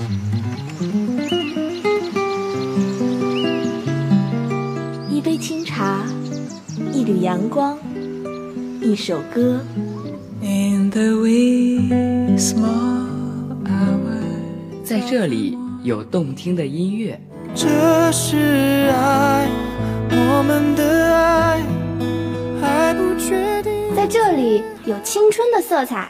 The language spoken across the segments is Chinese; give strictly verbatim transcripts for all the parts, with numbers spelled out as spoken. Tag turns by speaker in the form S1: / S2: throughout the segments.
S1: 一杯清茶，一缕阳光，一首歌。
S2: In the wee small hour，
S3: 在这里有动听的音乐，
S2: 这是爱，我们的爱还不确定。
S1: 在这里有青春的色彩，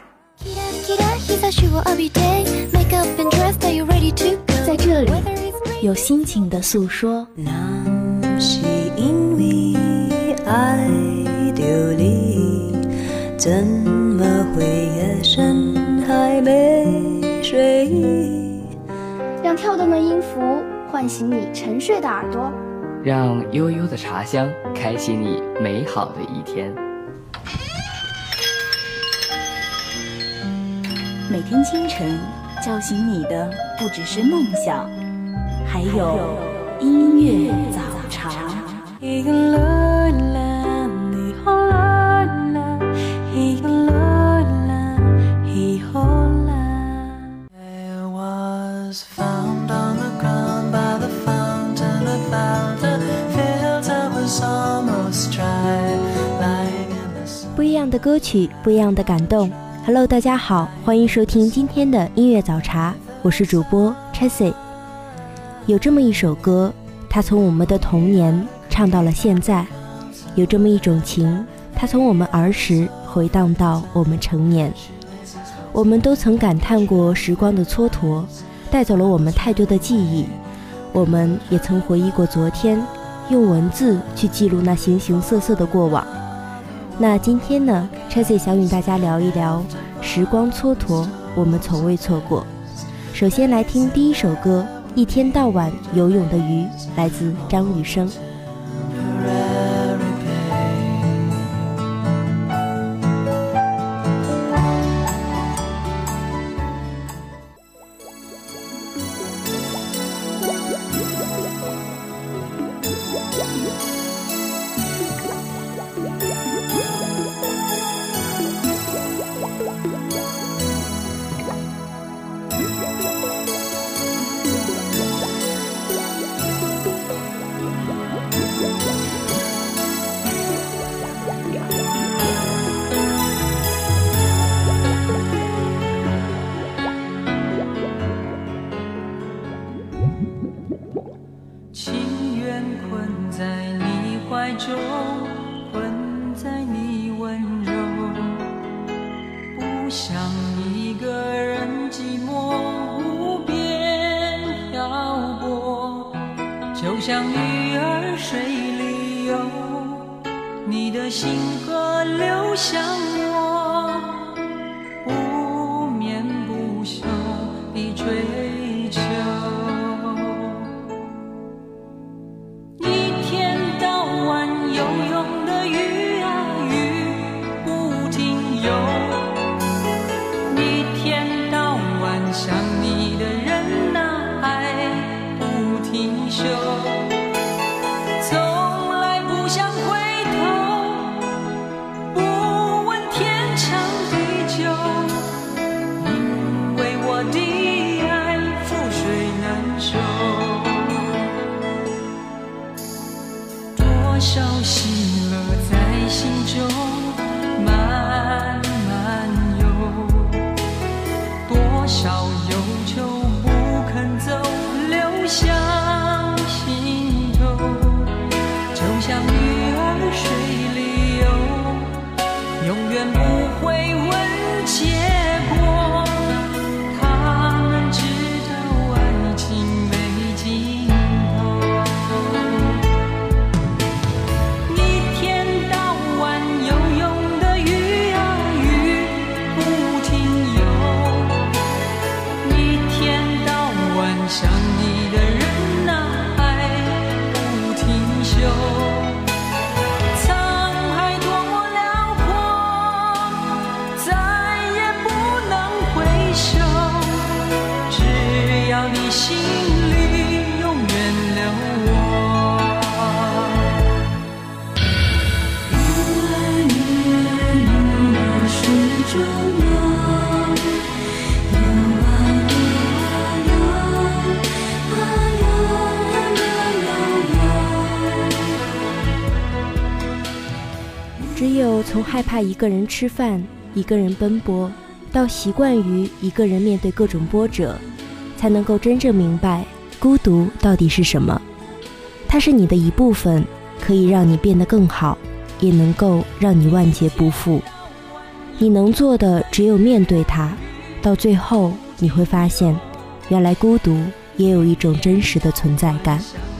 S1: 在这里有心情的诉说。
S4: 那是因为爱丢你，怎么会夜深还没睡？
S1: 让跳动的音符唤醒你沉睡的耳朵，
S3: 让悠悠的茶香开启你美好的一天。
S5: 每天清晨叫醒你的不只是梦想，还有音乐早茶。
S1: 不一样的歌曲，不一样的感动。Hello， 大家好，欢迎收听今天的音乐早茶，我是主播 Chessie。有这么一首歌，它从我们的童年唱到了现在；有这么一种情，它从我们儿时回荡到我们成年。我们都曾感叹过时光的蹉跎，带走了我们太多的记忆。我们也曾回忆过昨天，用文字去记录那形形色色的过往。那今天呢 Chessie 想与大家聊一聊时光蹉跎，我们从未错过。首先来听第一首歌，一天到晚游泳的鱼，来自张雨生。
S6: 就像鱼儿水里游，你的心河流向我，不眠不休地追求。一天到晚游泳的鱼啊鱼不停游，一天到晚想你的人啊爱不停休。多少喜乐在心中慢慢游，多少忧愁不肯走流向心头，就像鱼儿水里游，永远不会问结果，他们知道爱情没尽头。想你的人啊爱不停休，沧海多么辽阔，再也不能回首，只要你心里永远留我。鱼儿鱼儿鱼儿水中游，游啊游啊游
S1: 够从害怕一个人吃饭、一个人奔波，到习惯于一个人面对各种波折，才能够真正明白孤独到底是什么。它是你的一部分，可以让你变得更好，也能够让你万劫不复。你能做的只有面对它，到最后你会发现，原来孤独也有一种真实的存在感。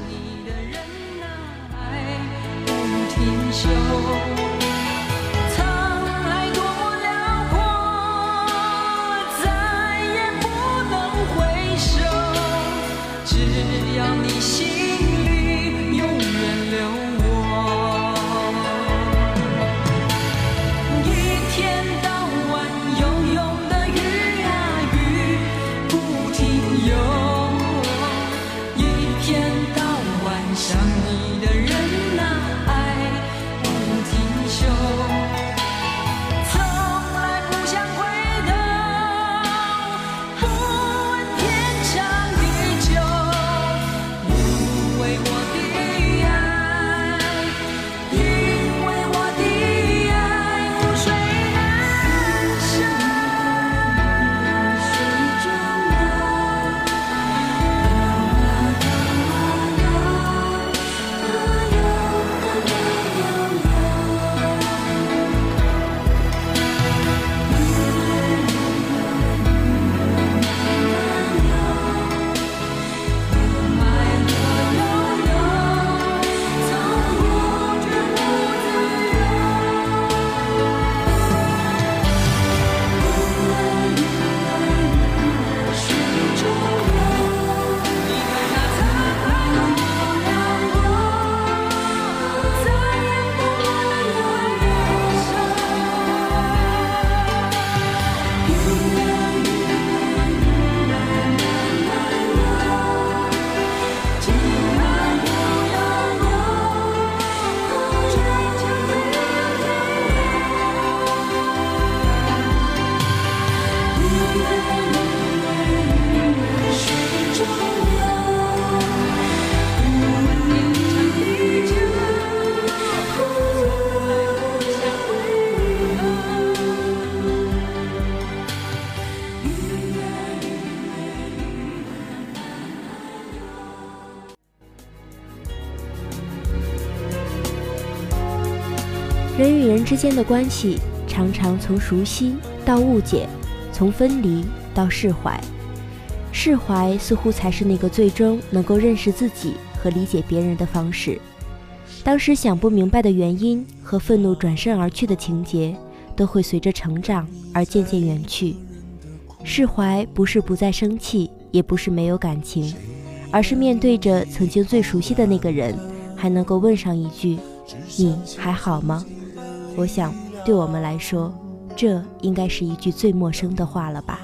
S1: 人与人之间的关系，常常从熟悉到误解，从分离到释怀。释怀似乎才是那个最终能够认识自己和理解别人的方式。当时想不明白的原因和愤怒转身而去的情节，都会随着成长而渐渐远去。释怀不是不再生气，也不是没有感情，而是面对着曾经最熟悉的那个人，还能够问上一句：你还好吗？我想对我们来说，这应该是一句最陌生的话了吧。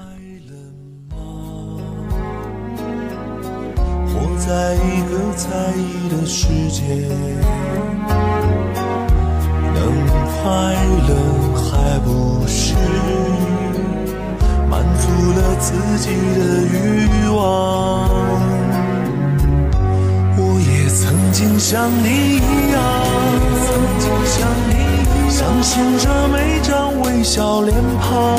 S2: 活在一个在意的世界，能快乐还不是满足了自己的欲望。我也曾经像你一样，曾经像你相信着每张微笑脸庞，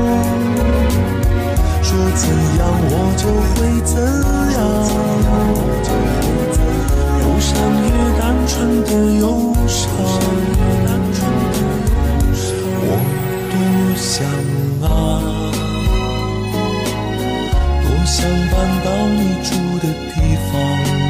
S2: 说怎样我就会怎样，忧伤越单纯的忧伤，我多想啊，多想搬到你住的地方，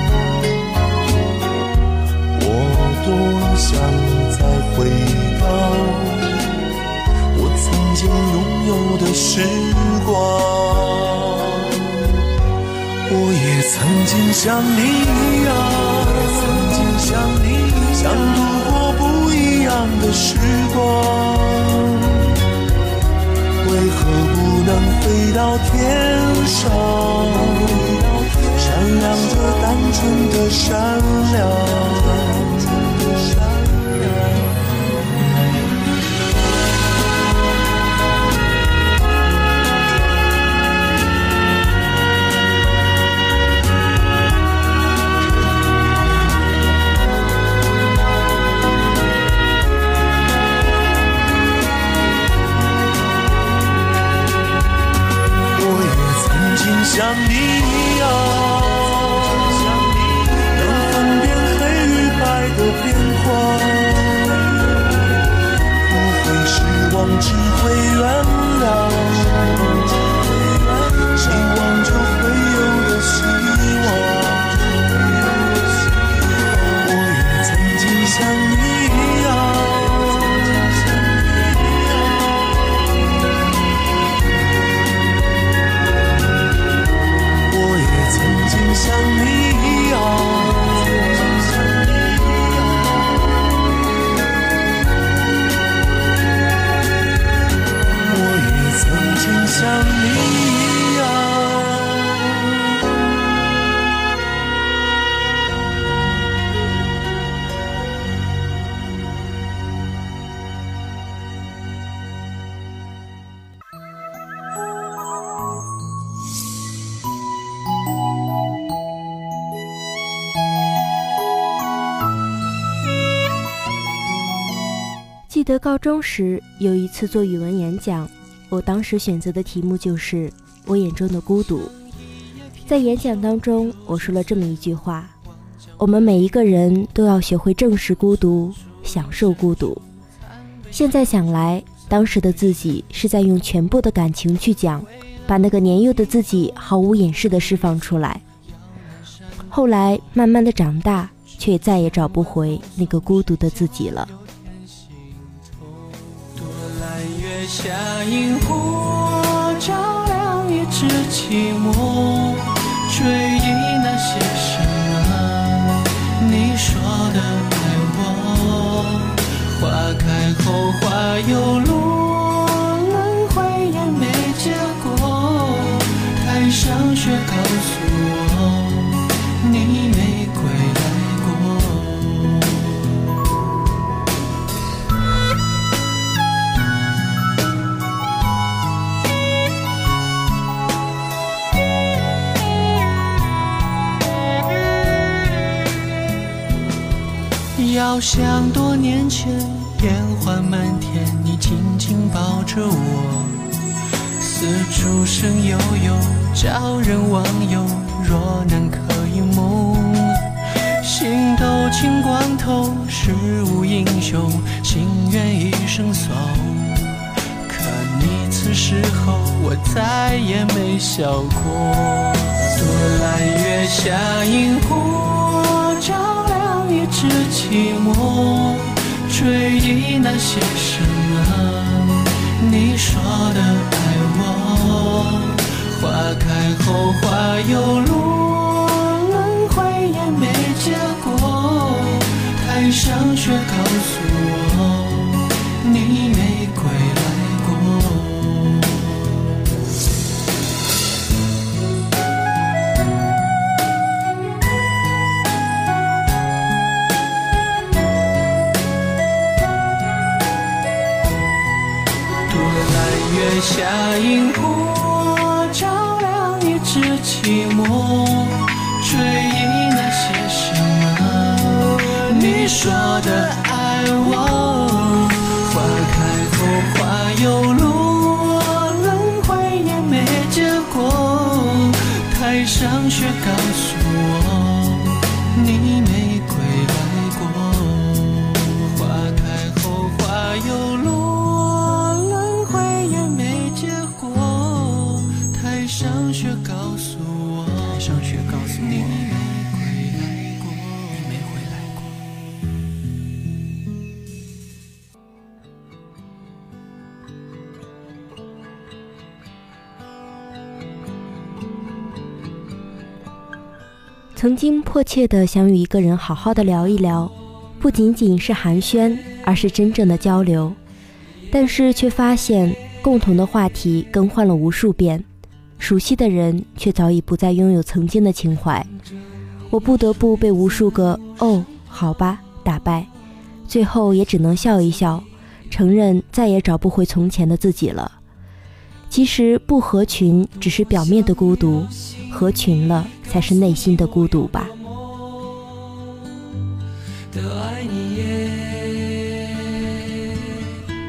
S2: 我多想再回到我曾经拥有的时光。我也曾经像你一样，曾经像你想度过不一样的时光，为何不能飞到天上，闪亮着单纯的善良。 经像你一样，能分辨黑与白的变化，不会失望，只会原谅，希望就会有的希望。我也曾经像你一样，我也曾经像你一样，我也曾经像你一样。
S1: 记得高中时有一次做语文演讲，我当时选择的题目就是我眼中的孤独。在演讲当中，我说了这么一句话：我们每一个人都要学会正视孤独，享受孤独。现在想来，当时的自己是在用全部的感情去讲，把那个年幼的自己毫无掩饰地释放出来。后来慢慢的长大，却再也找不回那个孤独的自己了。
S6: 下萤火照亮一纸寂寞，追忆那些什么你说的爱我，花开后花又落，轮回也没结果，台上却告诉我你没归来过。要像多年前烟花满天，你紧紧抱着我，四处生悠悠，叫人忘忧。若能可以梦，心斗情光透，世无英雄，情愿一生守。可你此时候，我再也没笑过。多蓝月下萤火照亮一纸寂寞，追忆那些什么你说的爱我，花开后花又落，轮回也没结果，台上却告诉我你没归来过。月下萤火照亮一纸寂寞，追忆那些什么你说的爱我，花开后花又落，轮回也没结果，台上却告诉我你没归来过，花开后花又落，台上却告诉我，台上却告诉我，你没回来过，你没回来过。
S1: 曾经迫切地想与一个人好好的聊一聊，不仅仅是寒暄，而是真正的交流。但是却发现共同的话题更换了无数遍，熟悉的人却早已不再拥有曾经的情怀。我不得不被无数个哦好吧打败，最后也只能笑一笑，承认再也找不回从前的自己了。其实不合群只是表面的孤独，合群了才是内心的孤独吧。
S6: 的爱你耶，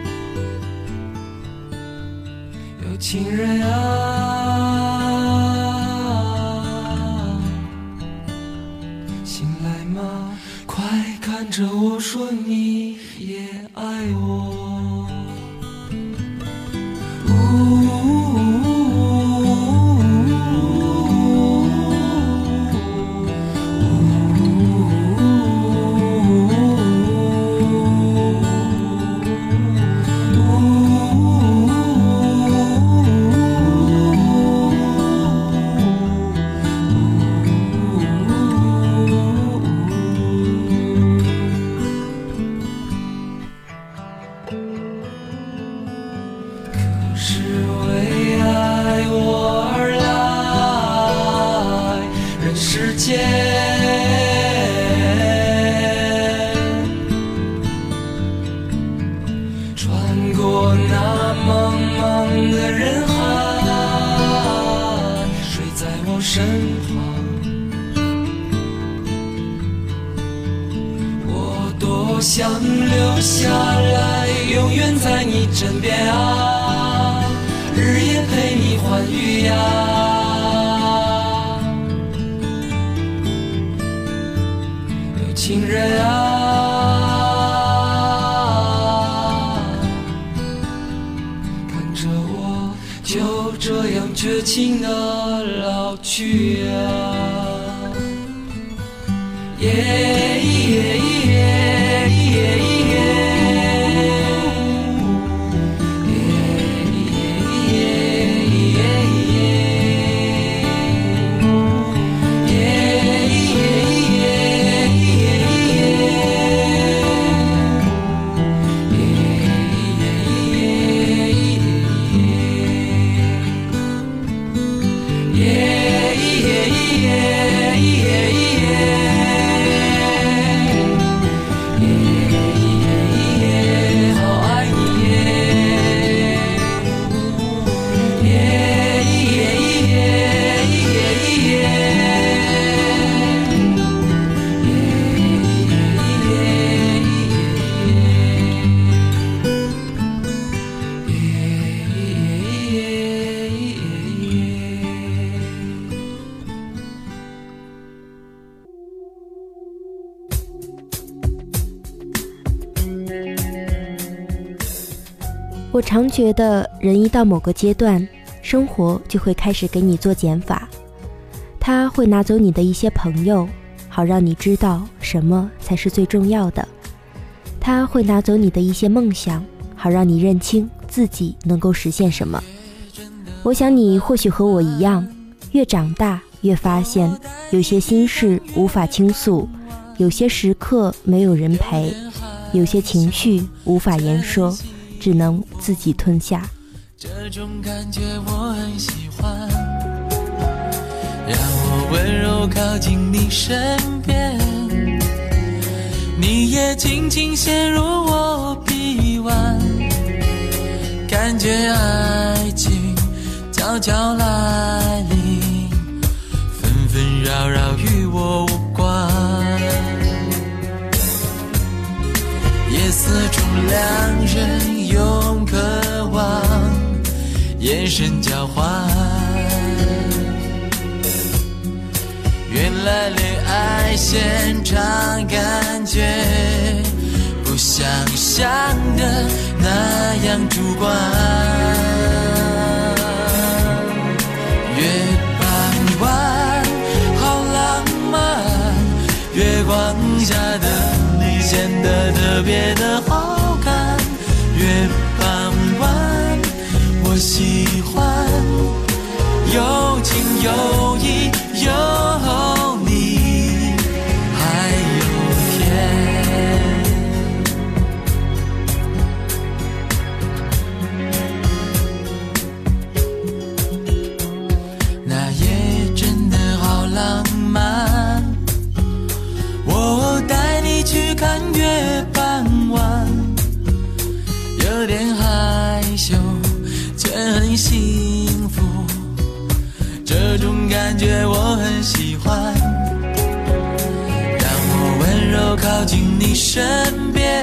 S6: 有情人啊身旁。我多想留下来，永远在你枕边啊，日夜陪你欢愉呀。有情人啊，看着我就这样绝情的老去呀。耶耶耶耶
S1: 我常觉得人一到某个阶段，生活就会开始给你做减法，他会拿走你的一些朋友，好让你知道什么才是最重要的，他会拿走你的一些梦想，好让你认清自己能够实现什么。我想你或许和我一样，越长大越发现有些心事无法倾诉，有些时刻没有人陪，有些情绪无法言说，只能自己吞下。
S2: 这种感觉我很喜欢，让我温柔靠近你身边，你也轻轻陷入我臂弯，感觉爱情悄悄来临，纷纷扰扰与我无关。夜色中两人用渴望眼神交换，原来恋爱现场感觉不像想的那样主观。月傍晚好浪漫，月光下的你显得特别的好看。月傍晚我喜欢有情有义有你还有天。那夜真的好浪漫，我带你去看月傍晚，有点害羞却很幸福，这种感觉我很喜欢，让我温柔靠近你身边，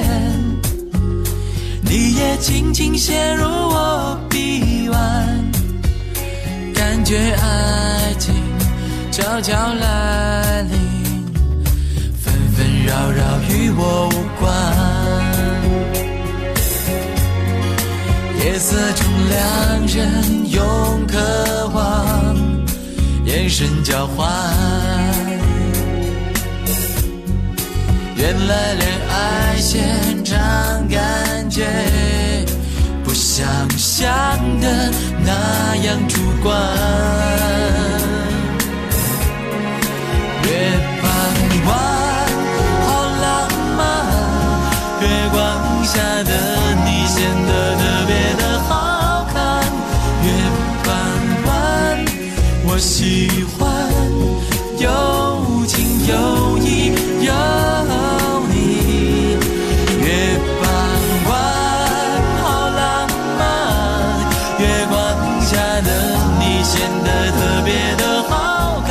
S2: 你也轻轻陷入我臂弯，感觉爱情悄悄来临，纷纷扰扰与我无关。夜色中两人用渴望眼神交换，原来恋爱现场感觉不像想的那样主观。月傍晚好浪漫，月光下的你显得特别的好看。月傍晚我喜欢有情有义有你。月傍晚好浪漫，月光下的你显得特别的好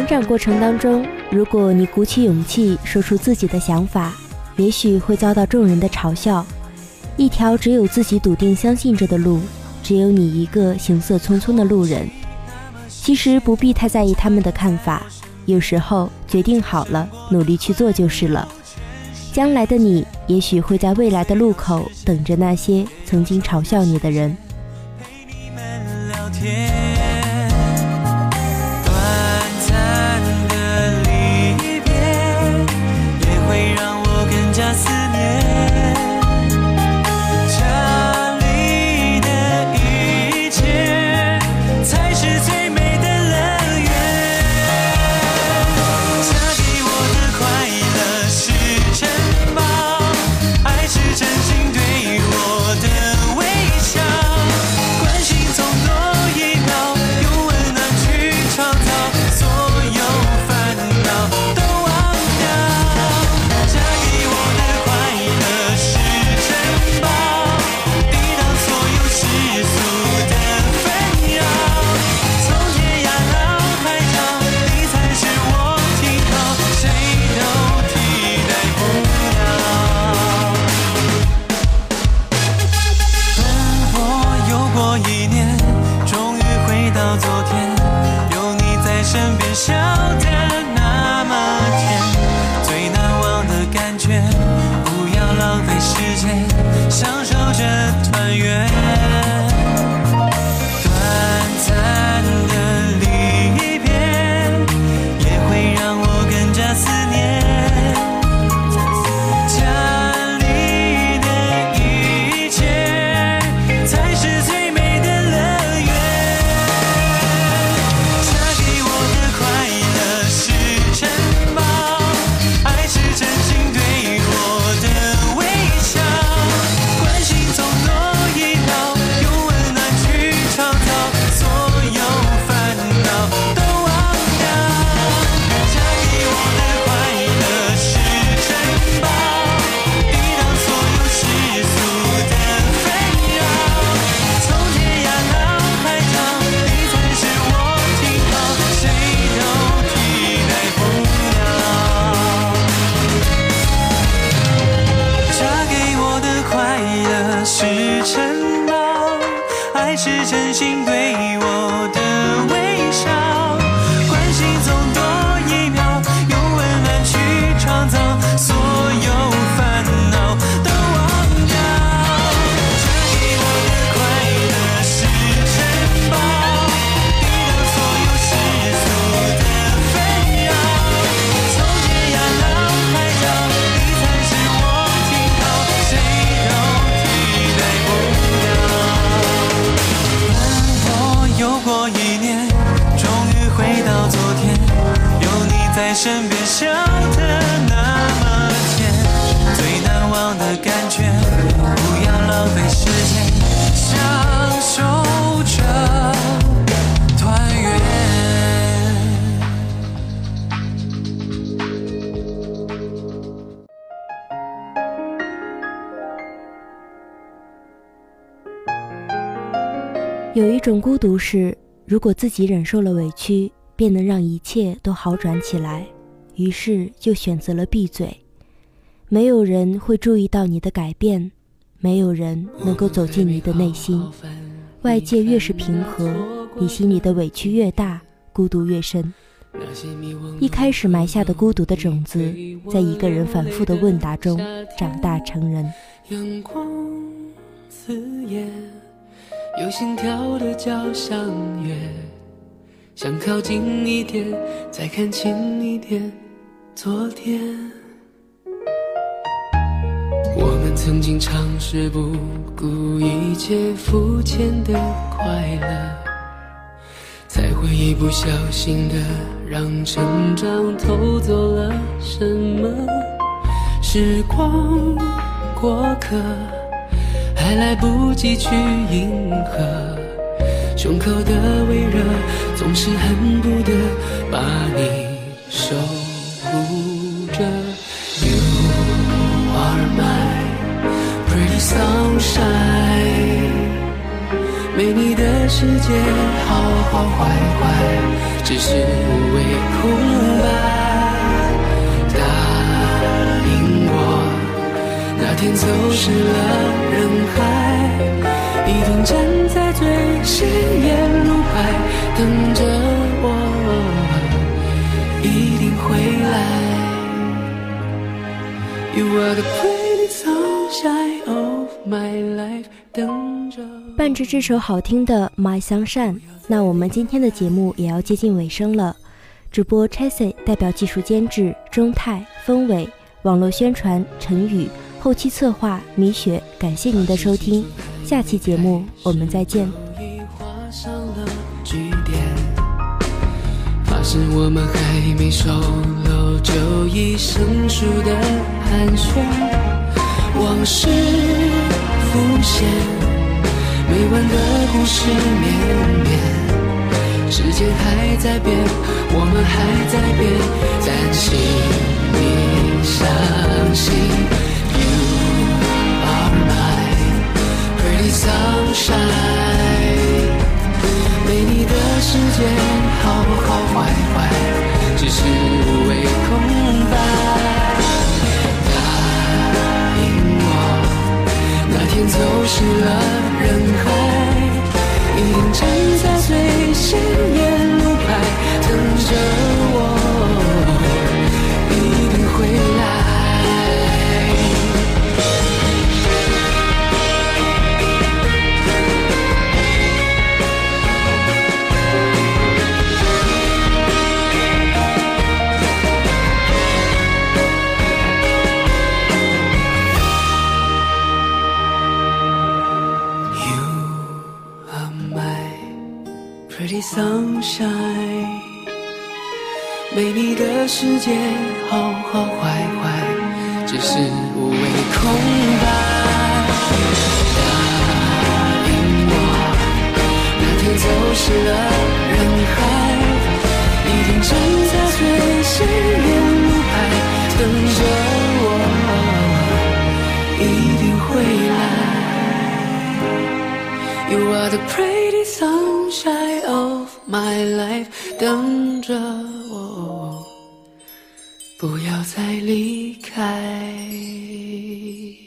S1: 成长过程当中，如果你鼓起勇气说出自己的想法，也许会遭到众人的嘲笑。一条只有自己笃定相信着的路，只有你一个行色匆匆的路人。其实不必太在意他们的看法，有时候决定好了，努力去做就是了。将来的你，也许会在未来的路口等着那些曾经嘲笑你的人。
S2: 陪你们聊天，短暂的离别也会让我更加思念。这里的一切才是最美的乐园。嫁给我的快乐是珍宝，爱是真心对我的微笑，关心总多一秒，用温暖去创造，所有烦恼都忘掉。嫁给我的快乐是珍宝，抵挡所有世俗的纷扰，从天涯到海角，你才是我停靠，谁都替代不了。奔波又过一年，终于回到昨天，有你在身边，笑得那么甜，最难忘的感觉，不要浪费时间，享受着团圆。短暂的离别也会让我更加思念。家里的一切才是最美的乐园。嫁给我的快乐是珍宝，爱是真心对我的微笑，关心总多一秒，用温暖去创造，所有烦恼都忘掉。嫁给我的快乐是珍宝，抵挡所有世俗的纷扰，从天涯到海角，你才是我停靠，谁都替代不了。嫁给我的快乐是珍宝，爱是真心对我的微笑，关心总多一秒，用温暖去创造，所有烦恼都忘掉。嫁给我的快乐是珍宝，抵挡所有世俗的纷扰，从天涯到海角，你才是我停靠，谁都替代不了。奔波又过一年，终于回到昨天，有你在身边，笑得那么甜，最难忘的感觉，不要浪费时间，享受着团圆。
S1: 有一种孤独是，如果自己忍受了委屈，便能让一切都好转起来，于是就选择了闭嘴。没有人会注意到你的改变，没有人能够走进你的内心。外界越是平和，你心里的委屈越大，孤独越深。一开始埋下的孤独的种子，在一个人反复的问答中长大成人。
S7: 阳光刺眼，有心跳的交响乐，想靠近一点，再看清一点昨天。我们曾经尝试不顾一切肤浅的快乐，才会一不小心的让成长偷走了什么。时光过客，还来不及去迎合，胸口的微热总是恨不得把你守护着。 You are my pretty sunshine， 没你的世界好好坏坏，只是无谓空白。答应我，那天走失了人海，一定站在最显眼路牌等着我，一定回来。You are the pretty sunshine of my life， 等着。
S1: 伴着这首好听的 My Sunshine， 那我们今天的节目也要接近尾声了。主播 Chessie 代表技术监制钟泰、风伟，网络宣传陈宇，后期策划米雪，感谢您的收听，下期节目我们再见。
S7: 发誓我们还没熟络就已生疏的寒暄，往事浮现，没完的故事绵绵，时间还在变，我们还在变，但请你相信 You are my pretty sunshine， 没你的世界好好坏坏只是无谓空白。答应我，那天走失了人海，一定站在最显眼路牌等着我，一定回来。Pretty sunshine， 没你的世界好好坏坏只是无谓空白。答应我，那天走失了人海，一定站在最显眼路牌等着我，一定会来。You are the pretty sunshine of my life， 等着我，不要再离开。